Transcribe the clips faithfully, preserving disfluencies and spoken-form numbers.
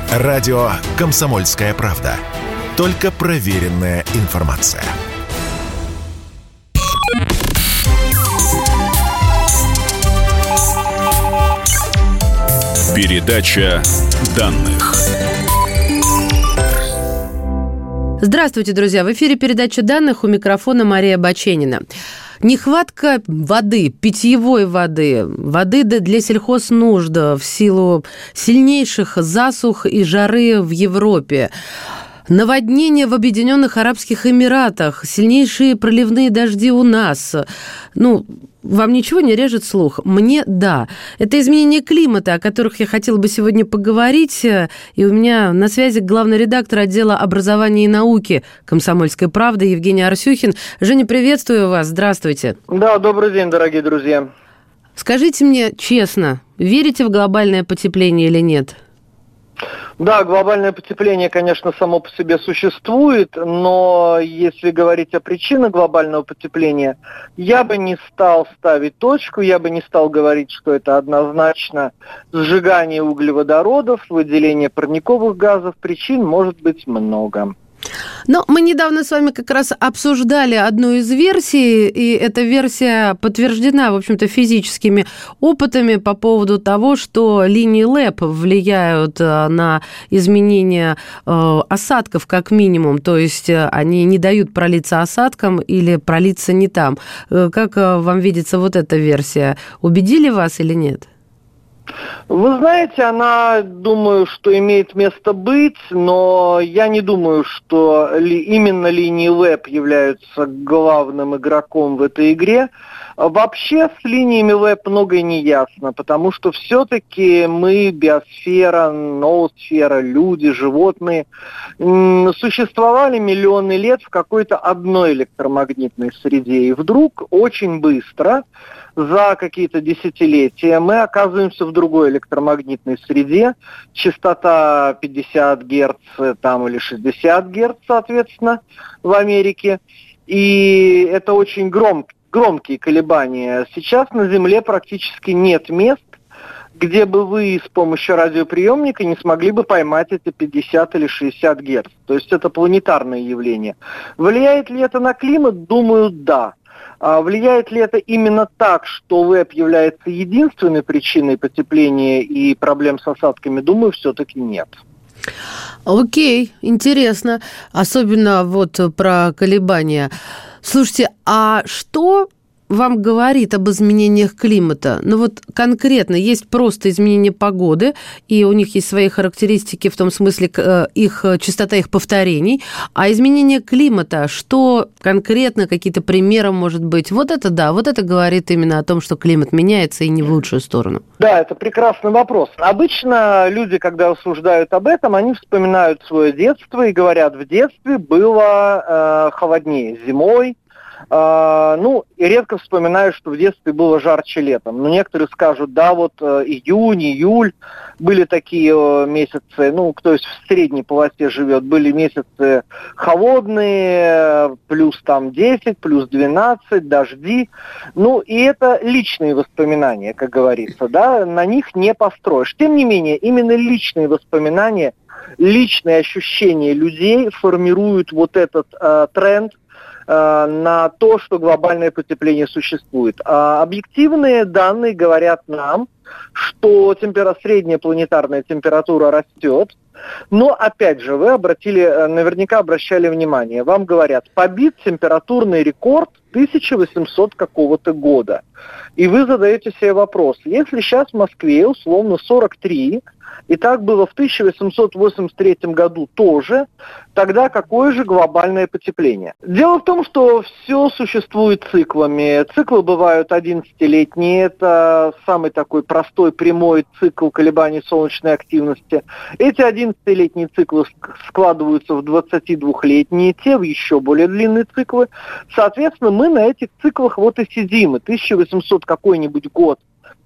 Радио «Комсомольская правда». Только проверенная информация. Передача данных. Здравствуйте, друзья! В эфире передача данных, у микрофона Мария Баченина. Нехватка воды, питьевой воды, воды для сельхознужд в силу сильнейших засух и жары в Европе. Наводнения в Объединенных Арабских Эмиратах, сильнейшие проливные дожди у нас. Ну, вам ничего не режет слух? Мне – да. Это изменения климата, о которых я хотела бы сегодня поговорить. И у меня на связи главный редактор отдела образования и науки «Комсомольской правды» Евгений Арсюхин. Женя, приветствую вас. Здравствуйте. Да, добрый день, дорогие друзья. Скажите мне честно, верите в глобальное потепление или нет? Да, глобальное потепление, конечно, само по себе существует, но если говорить о причинах глобального потепления, я бы не стал ставить точку, я бы не стал говорить, что это однозначно сжигание углеводородов, выделение парниковых газов. Причин может быть много. Но мы недавно с вами как раз обсуждали одну из версий, и эта версия подтверждена, в общем-то, физическими опытами по поводу того, что линии ЛЭП влияют на изменение осадков как минимум, то есть они не дают пролиться осадкам или пролиться не там. Как вам видится вот эта версия? Убедили вас или нет? Вы знаете, она, думаю, что имеет место быть, но я не думаю, что ли, именно линии ЛЭП являются главным игроком в этой игре. Вообще с линиями ЛЭП многое не ясно, потому что все-таки мы, биосфера, ноосфера, люди, животные, существовали миллионы лет в какой-то одной электромагнитной среде. И вдруг очень быстро, за какие-то десятилетия, мы оказываемся в другой электромагнитной среде. Частота пятьдесят герц там, или шестьдесят герц, соответственно, в Америке. И это очень громкие. Громкие колебания. Сейчас на Земле практически нет мест, где бы вы с помощью радиоприемника не смогли бы поймать эти пятьдесят или шестьдесят герц. То есть это планетарное явление. Влияет ли это на климат? Думаю, да. А влияет ли это именно так, что ЛЭП является единственной причиной потепления и проблем с осадками? Думаю, все-таки нет. Окей, интересно. Особенно вот про колебания. Слушайте, а что вам говорит об изменениях климата? Ну вот конкретно есть просто изменение погоды, и у них есть свои характеристики, в том смысле их частота их повторений. А изменение климата, что конкретно, какие-то примеры, может быть? Вот это да, вот это говорит именно о том, что климат меняется и не в лучшую сторону. Да, это прекрасный вопрос. Обычно люди, когда рассуждают об этом, они вспоминают свое детство и говорят, в детстве было э, холоднее зимой. Uh, ну, и редко вспоминаю, что в детстве было жарче летом. Но некоторые скажут, да, вот uh, июнь, июль, были такие uh, месяцы, ну, кто есть в средней полосе живет, были месяцы холодные, плюс там десять, плюс двенадцать, дожди. Ну, и это личные воспоминания, как говорится, да, на них не построишь. Тем не менее, именно личные воспоминания, личные ощущения людей формируют вот этот uh, тренд, на то, что глобальное потепление существует. А объективные данные говорят нам, что темпера... средняя планетарная температура растет, но, опять же, вы обратили, наверняка обращали внимание, вам говорят, побит температурный рекорд тысяча восемьсот какого-то года. И вы задаете себе вопрос, если сейчас в Москве условно сорок три, и так было в тысяча восемьсот восемьдесят третьем году тоже, тогда какое же глобальное потепление? Дело в том, что все существует циклами. Циклы бывают одиннадцатилетние, это самый такой простой прямой цикл колебаний солнечной активности. Эти одиннадцатилетние циклы складываются в двадцатидвухлетние, те в еще более длинные циклы. Соответственно, мы на этих циклах вот и сидим. И тысяча восемьсот какой-нибудь год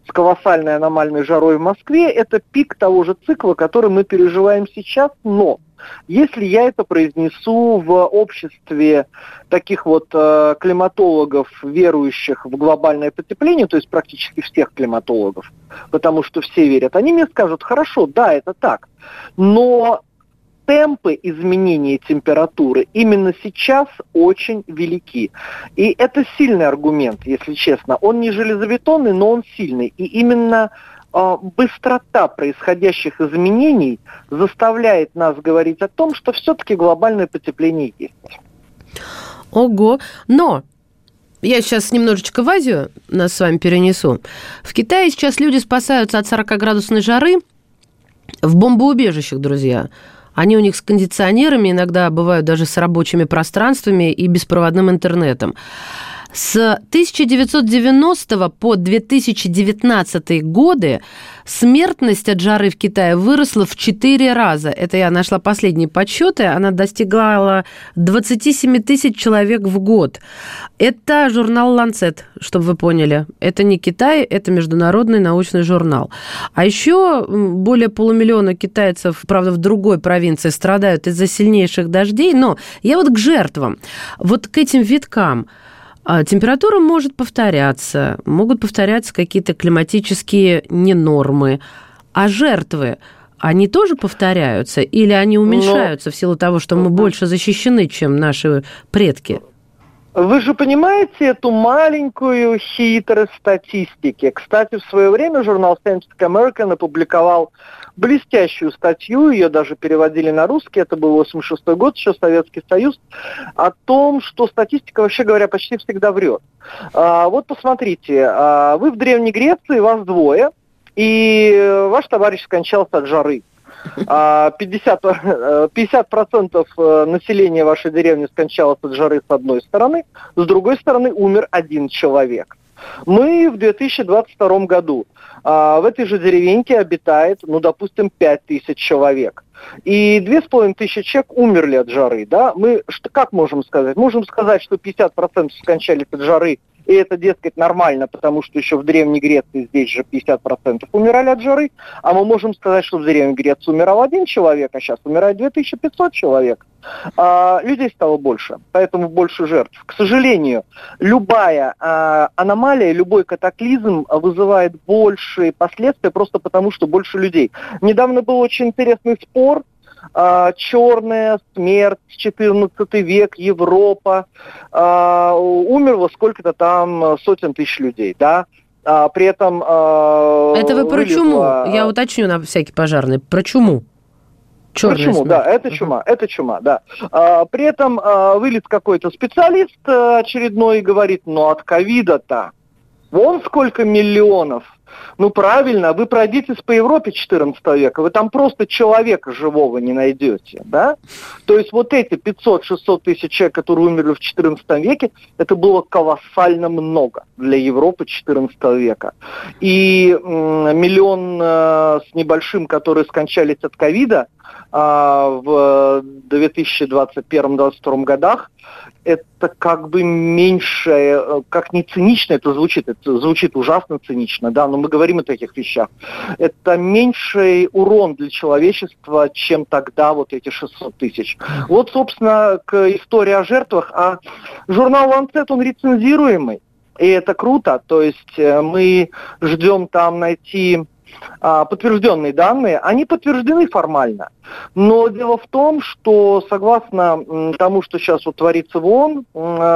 с колоссальной аномальной жарой в Москве, это пик того же цикла, который мы переживаем сейчас, но если я это произнесу в обществе таких вот э, климатологов, верующих в глобальное потепление, то есть практически всех климатологов, потому что все верят, они мне скажут, хорошо, да, это так, но темпы изменения температуры именно сейчас очень велики. И это сильный аргумент, если честно. Он не железобетонный, но он сильный. И именно э, быстрота происходящих изменений заставляет нас говорить о том, что все-таки глобальное потепление есть. Ого! Но я сейчас немножечко в Азию нас с вами перенесу. В Китае сейчас люди спасаются от сорокаградусной жары в бомбоубежищах, друзья. Они у них с кондиционерами, иногда бывают даже с рабочими пространствами и беспроводным интернетом. С тысяча девятьсот девяностого по две тысячи девятнадцатый годы смертность от жары в Китае выросла в четыре раза. Это я нашла последние подсчеты. Она достигала двадцать семь тысяч человек в год. Это журнал Lancet, чтобы вы поняли. Это не Китай, это международный научный журнал. А еще более полумиллиона китайцев, правда, в другой провинции страдают из-за сильнейших дождей. Но я вот к жертвам, вот к этим виткам. Температура может повторяться, могут повторяться какие-то климатические ненормы. А жертвы, они тоже повторяются или они уменьшаются Но... в силу того, что мы больше защищены, чем наши предки? Вы же понимаете эту маленькую хитрость статистики. Кстати, в свое время журнал Scientific American опубликовал блестящую статью, ее даже переводили на русский, это был восемьдесят шестой год, еще Советский Союз, о том, что статистика, вообще говоря, почти всегда врет. А, вот посмотрите, а, вы в Древней Греции, вас двое, и ваш товарищ скончался от жары. пятьдесят, пятьдесят процентов населения вашей деревни скончалось от жары с одной стороны, с другой стороны умер один человек. Мы в две тысячи двадцать втором году. А, в этой же деревеньке обитает, ну, допустим, пять тысяч человек. И две с половиной тысячи человек умерли от жары, да? Мы что, как можем сказать? Можем сказать, что пятьдесят процентов скончались от жары, и это, дескать, нормально, потому что еще в Древней Греции здесь же пятьдесят процентов умирали от жары, а мы можем сказать, что в Древней Греции умирал один человек, а сейчас умирает две тысячи пятьсот человек. А, людей стало больше, поэтому больше жертв. К сожалению, любая а, аномалия, любой катаклизм вызывает большие последствия просто потому, что больше людей. Недавно был очень интересный спор. Uh, черная смерть, четырнадцатый век, Европа, uh, умерло сколько-то там сотен тысяч людей, да, uh, при этом... Uh, это вы про вылезла... чуму? Я уточню на всякий пожарный. Про чуму? Черная про чуму, смерть. Да, это чума, uh-huh. это чума, да. Uh, при этом uh, вылез какой-то специалист uh, очередной и говорит, ну от ковида-то вон сколько миллионов. Ну, правильно, вы пройдитесь по Европе четырнадцатого века, вы там просто человека живого не найдете, да? То есть вот эти пятьсот-шестьсот тысяч человек, которые умерли в четырнадцатом веке, это было колоссально много для Европы четырнадцатого века. И м- миллион э, с небольшим, которые скончались от ковида э, в две тысячи двадцать первом — двадцать втором годах, это как бы меньше, как не цинично это звучит, это звучит ужасно цинично, да, но мы говорим о таких вещах. Это меньший урон для человечества, чем тогда вот эти шестьсот тысяч. Вот, собственно, к истории о жертвах. А журнал Lancet, он рецензируемый, и это круто, то есть мы ждем там найти... подтвержденные данные, они подтверждены формально. Но дело в том, что согласно тому, что сейчас вот творится в ООН,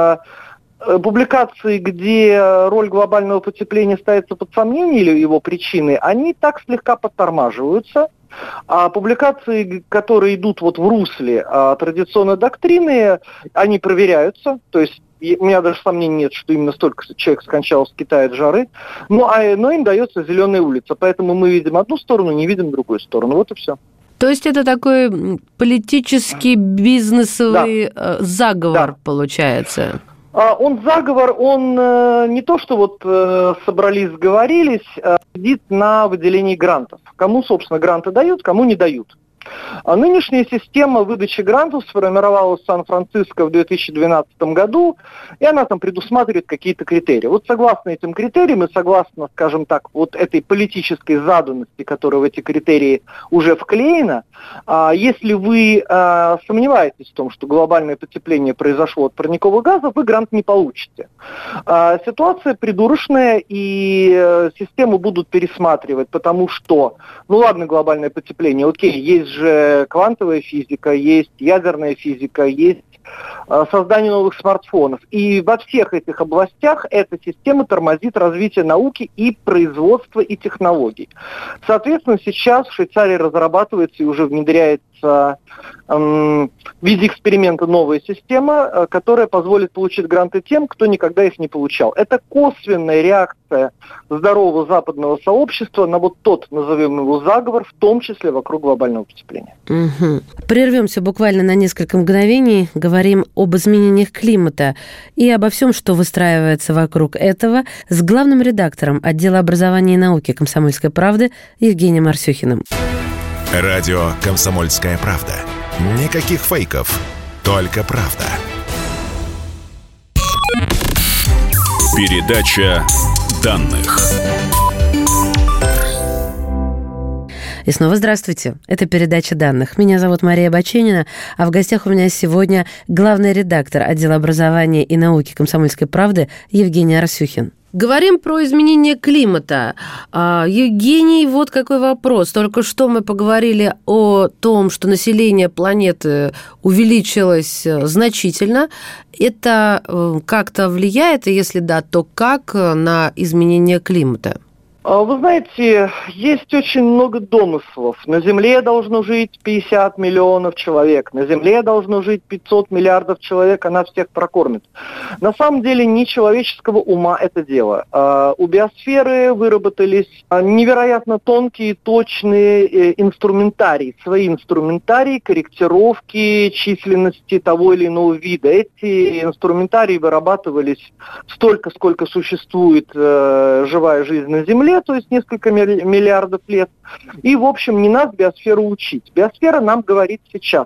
публикации, где роль глобального потепления ставится под сомнение или его причины, они так слегка подтормаживаются. А публикации, которые идут вот в русле а, традиционной доктрины, они проверяются, то есть и у меня даже сомнений нет, что именно столько человек скончалось в Китае от жары, ну, а, но им дается зеленая улица, поэтому мы видим одну сторону, не видим другую сторону, вот и все. То есть это такой политический, бизнесовый да. заговор, да. получается? Он заговор, он не то, что вот собрались, сговорились, сидит на выделении грантов. Кому, собственно, гранты дают, кому не дают. А нынешняя система выдачи грантов сформировалась в Сан-Франциско в две тысячи двенадцатом году, и она там предусматривает какие-то критерии. Вот согласно этим критериям и согласно, скажем так, вот этой политической заданности, которая в эти критерии уже вклеена, если вы сомневаетесь в том, что глобальное потепление произошло от парниковых газов, вы грант не получите. Ситуация придурочная, и систему будут пересматривать, потому что, ну ладно, глобальное потепление, окей, есть же квантовая физика, есть ядерная физика, есть э, создание новых смартфонов. И во всех этих областях эта система тормозит развитие науки и производства и технологий. Соответственно, сейчас в Швейцарии разрабатывается и уже внедряется э, в виде эксперимента новая система, э, которая позволит получить гранты тем, кто никогда их не получал. Это косвенная реакция здорового западного сообщества на вот тот, назовем его, заговор, в том числе вокруг глобального потепления. Угу. Прервемся буквально на несколько мгновений, говорим об изменениях климата и обо всем, что выстраивается вокруг этого, с главным редактором отдела образования и науки «Комсомольской правды» Евгением Арсюхиным. Радио «Комсомольская правда». Никаких фейков, только правда. Передача данных. И снова здравствуйте. Это передача данных. Меня зовут Мария Баченина, а в гостях у меня сегодня главный редактор отдела образования и науки «Комсомольской правды» Евгений Арсюхин. Говорим про изменение климата. Евгений, вот какой вопрос. Только что мы поговорили о том, что население планеты увеличилось значительно. Это как-то влияет, и если да, то как на изменение климата? Вы знаете, есть очень много домыслов. На Земле должно жить пятьдесят миллионов человек, на Земле должно жить пятьсот миллиардов человек, она всех прокормит. На самом деле не человеческого ума это дело. У биосферы выработались невероятно тонкие, точные инструментарии, свои инструментарии корректировки численности того или иного вида. Эти инструментарии вырабатывались столько, сколько существует живая жизнь на Земле, то есть несколько миллиардов лет. И, в общем, не нас биосферу учить. Биосфера нам говорит сейчас.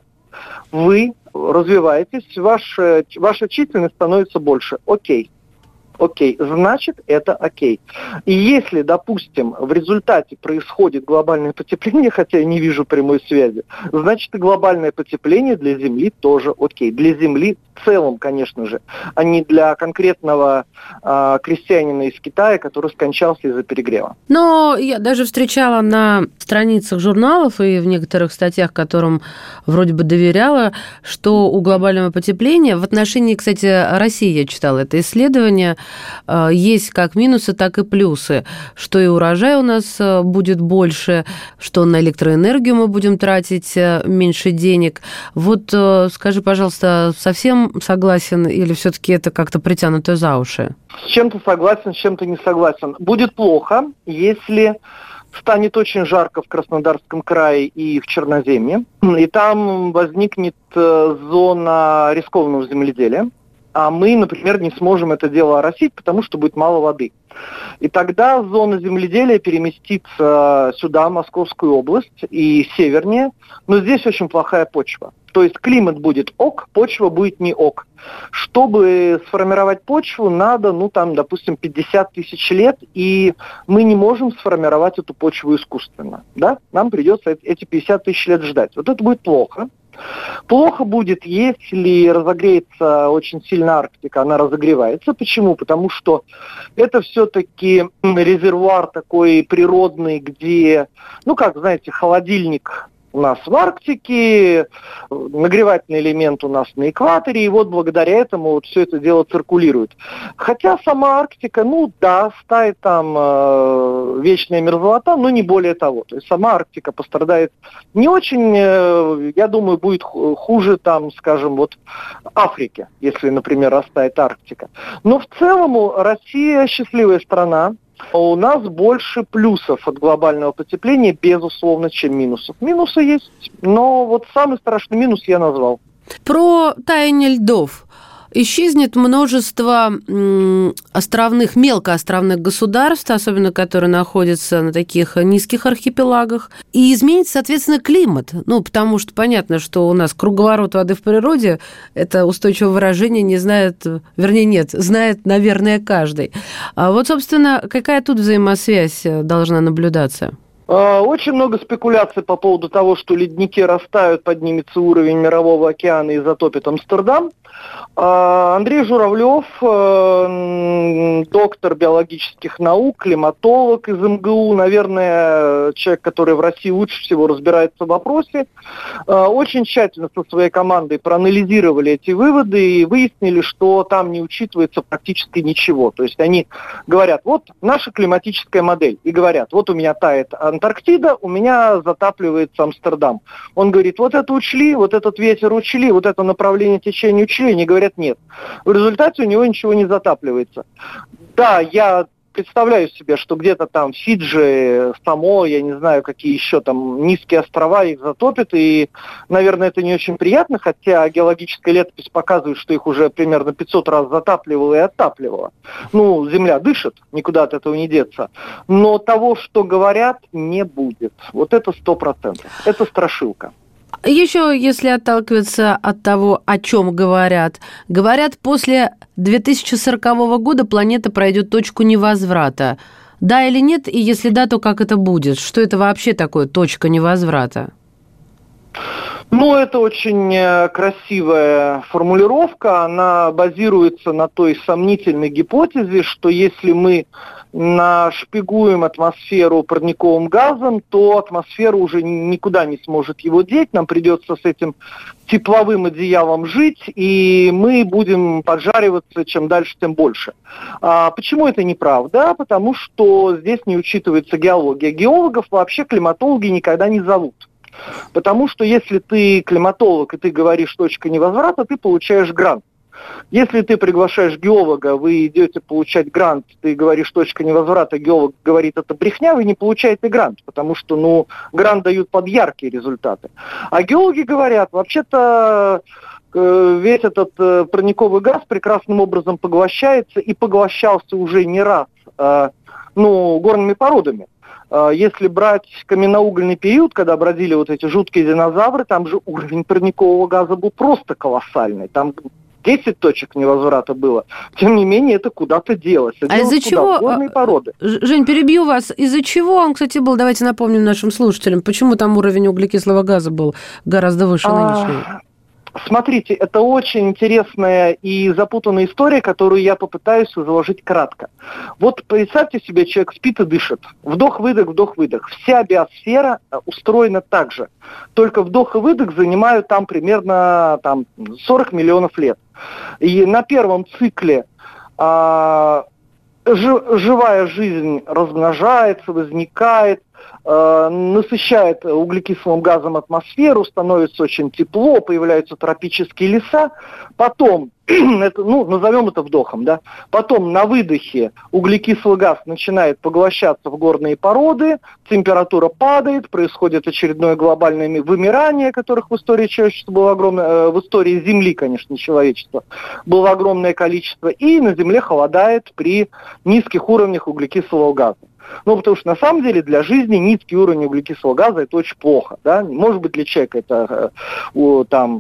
Вы развиваетесь, ваша, ваша численность становится больше. Окей. Окей, значит, это окей. И если, допустим, в результате происходит глобальное потепление, хотя я не вижу прямой связи, значит, и глобальное потепление для Земли тоже окей. Для Земли в целом, конечно же, а не для конкретного э, крестьянина из Китая, который скончался из-за перегрева. Но я даже встречала на страницах журналов и в некоторых статьях, которым вроде бы доверяла, что у глобального потепления, в отношении, кстати, России я читала это исследование, есть как минусы, так и плюсы, что и урожай у нас будет больше, что на электроэнергию мы будем тратить меньше денег. Вот скажи, пожалуйста, совсем согласен или все-таки это как-то притянуто за уши? С чем-то согласен, с чем-то не согласен. Будет плохо, если станет очень жарко в Краснодарском крае и в Черноземье, и там возникнет зона рискованного земледелия. А мы, например, не сможем это дело оросить, потому что будет мало воды. И тогда зона земледелия переместится сюда, в Московскую область, и севернее. Но здесь очень плохая почва. То есть климат будет ок, почва будет не ок. Чтобы сформировать почву, надо, ну там, допустим, пятьдесят тысяч лет, и мы не можем сформировать эту почву искусственно. Да? Нам придется эти пятьдесят тысяч лет ждать. Вот это будет плохо. Плохо будет, если разогреется очень сильно Арктика, она разогревается. Почему? Потому что это все-таки резервуар такой природный, где, ну как, знаете, холодильник у нас в Арктике, нагревательный элемент у нас на экваторе, и вот благодаря этому вот все это дело циркулирует. Хотя сама Арктика, ну да, стает там э, вечная мерзлота, но не более того. То есть сама Арктика пострадает не очень, э, я думаю, будет хуже там, скажем, вот Африке, если, например, растает Арктика. Но в целом Россия счастливая страна. У нас больше плюсов от глобального потепления, безусловно, чем минусов. Минусы есть, но вот самый страшный минус я назвал. Про таяние льдов. Исчезнет множество м, островных, мелкоостровных государств, особенно которые находятся на таких низких архипелагах, и изменится, соответственно, климат. Ну, потому что понятно, что у нас круговорот воды в природе, это устойчивое выражение, не знает, вернее, нет, знает, наверное, каждый. А вот, собственно, какая тут взаимосвязь должна наблюдаться? Очень много спекуляций по поводу того, что ледники растают, поднимется уровень мирового океана и затопит Амстердам. Андрей Журавлев, доктор биологических наук, климатолог из эм гэ у, наверное, человек, который в России лучше всего разбирается в вопросе, очень тщательно со своей командой проанализировали эти выводы и выяснили, что там не учитывается практически ничего. То есть они говорят, вот наша климатическая модель, и говорят, вот у меня тает Антарктида, у меня затапливается Амстердам. Он говорит, вот это учли, вот этот ветер учли, вот это направление течения учли. Они говорят, нет. В результате у него ничего не затапливается. Да, я представляю себе, что где-то там Фиджи, Само, я не знаю, какие еще там низкие острова их затопят, и, наверное, это не очень приятно, хотя геологическая летопись показывает, что их уже примерно пятьсот раз затапливало и оттапливало. Ну, Земля дышит, никуда от этого не деться. Но того, что говорят, не будет. Вот это сто процентов. Это страшилка. Еще, если отталкиваться от того, о чем говорят, говорят, после две тысячи сорокового года планета пройдет точку невозврата. Да или нет? И если да, то как это будет? Что это вообще такое точка невозврата? Ну, это очень красивая формулировка. Она базируется на той сомнительной гипотезе, что если мы нашпигуем атмосферу парниковым газом, то атмосфера уже никуда не сможет его деть, нам придется с этим тепловым одеялом жить, и мы будем поджариваться чем дальше, тем больше. А почему это неправда? Потому что здесь не учитывается геология. Геологов вообще климатологи никогда не зовут. Потому что если ты климатолог и ты говоришь точка невозврата, ты получаешь грант. Если ты приглашаешь геолога, вы идете получать грант, ты говоришь точка невозврата, геолог говорит, это брехня, вы не получаете грант, потому что, ну, грант дают под яркие результаты. А геологи говорят, вообще-то весь этот парниковый газ прекрасным образом поглощается и поглощался уже не раз, ну, горными породами. Если брать каменноугольный период, когда бродили вот эти жуткие динозавры, там же уровень парникового газа был просто колоссальный. Там десять точек невозврата было. Тем не менее, это куда-то делось. А из-за чего, горные породы. Жень, перебью вас, из-за чего он, кстати, был, давайте напомним нашим слушателям, почему там уровень углекислого газа был гораздо выше нынешнего? А... Смотрите, это очень интересная и запутанная история, которую я попытаюсь изложить кратко. Вот представьте себе, человек спит и дышит. Вдох-выдох, вдох-выдох. Вся биосфера устроена так же. Только вдох и выдох занимают там примерно там, сорок миллионов лет. И на первом цикле а, живая жизнь размножается, возникает, э, насыщает углекислым газом атмосферу, становится очень тепло, появляются тропические леса. Потом, это, ну, назовем это вдохом, да, потом на выдохе углекислый газ начинает поглощаться в горные породы, температура падает, происходит очередное глобальное вымирание, которых в истории человечества было огромное, э, в истории Земли, конечно, человечества, было огромное количество, и на Земле холодает при низких уровнях углекислого газа. Ну, потому что на самом деле для жизни низкий уровень углекислого газа это очень плохо, да, может быть для человека это э, там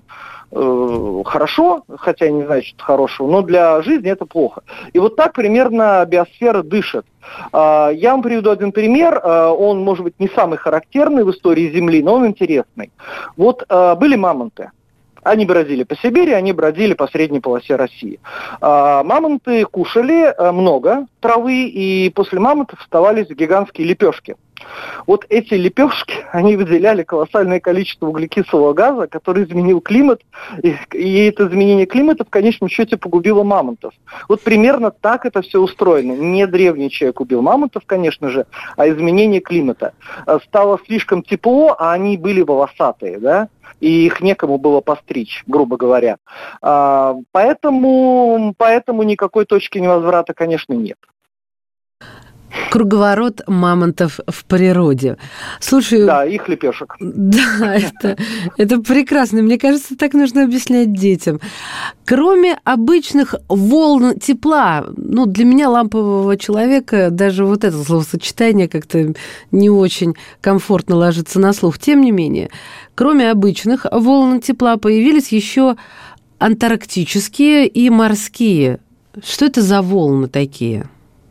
э, хорошо, хотя я не знаю, что это хорошего, но для жизни это плохо. И вот так примерно биосфера дышит. Э, я вам приведу один пример, э, он может быть не самый характерный в истории Земли, но он интересный. Вот э, были мамонты. Они бродили по Сибири, они бродили по средней полосе России. А, мамонты кушали а, много травы, и после мамонтов оставались гигантские лепешки. Вот эти лепешки, они выделяли колоссальное количество углекислого газа, который изменил климат, и, и это изменение климата в конечном счете погубило мамонтов. Вот примерно так это все устроено. Не древний человек убил мамонтов, конечно же, а изменение климата. Стало слишком тепло, а они были волосатые, да? И их некому было постричь, грубо говоря. А, поэтому, поэтому никакой точки невозврата, конечно, нет. Круговорот мамонтов в природе. Слушай... Да, их лепешек. Да, это, это прекрасно. Мне кажется, так нужно объяснять детям. Кроме обычных волн тепла, ну, для меня, лампового человека, даже вот это словосочетание как-то не очень комфортно ложится на слух. Тем не менее, кроме обычных волн тепла появились еще антарктические и морские. Что это за волны такие?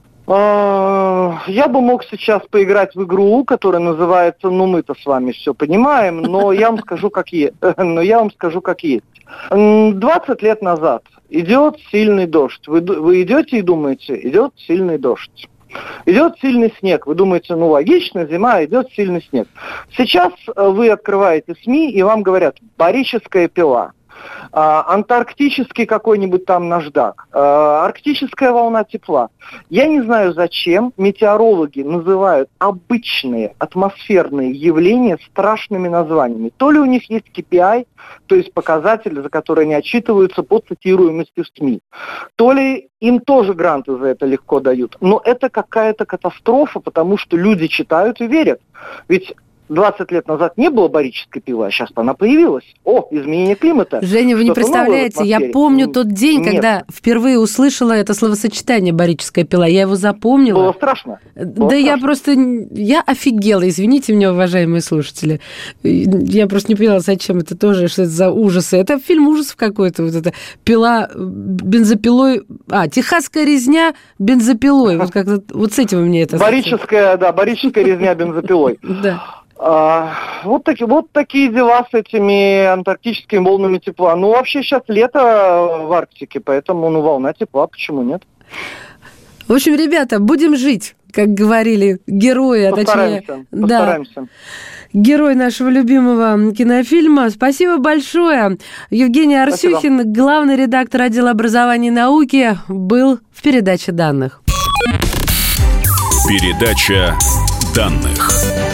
Я бы мог сейчас поиграть в игру, которая называется «Ну, мы-то с вами все понимаем», но я вам скажу, как есть. Но я вам скажу, как есть. двадцать лет назад идет сильный дождь. Вы, вы идете и думаете, идет сильный дождь. Идет сильный снег. Вы думаете, ну, логично, зима, идет сильный снег. Сейчас вы открываете СМИ, и вам говорят «барическая пила». А, антарктический какой-нибудь там наждак, а, арктическая волна тепла. Я не знаю, зачем метеорологи называют обычные атмосферные явления страшными названиями. То ли у них есть кей пи ай, то есть показатели, за которые они отчитываются по цитируемости в СМИ, то ли им тоже гранты за это легко дают. Но это какая-то катастрофа, потому что люди читают и верят. Ведь двадцать лет назад не было барической пилы, а сейчас она появилась. О, изменение климата. Женя, вы не представляете, я помню тот день, Нет. когда впервые услышала это словосочетание «барическая пила». Я его запомнила. Было страшно. Было да страшно. я просто... Я офигела, извините меня, уважаемые слушатели. Я просто не поняла, зачем это тоже, что это за ужасы. Это фильм ужасов какой-то, вот это пила бензопилой... А, техасская резня бензопилой. Вот, как вот с этим у меня это... Барическая, да, барическая резня бензопилой. Да. А, вот, таки, вот такие дела с этими антарктическими волнами тепла. Ну, вообще сейчас лето в Арктике, поэтому, ну, волна тепла, почему нет? В общем, ребята, будем жить, как говорили герои, а Постараемся, точнее... постараемся. Да, герой нашего любимого кинофильма. Спасибо большое. Евгений Арсюхин, Спасибо. Главный редактор отдела образования и науки, был в передаче данных. Передача данных.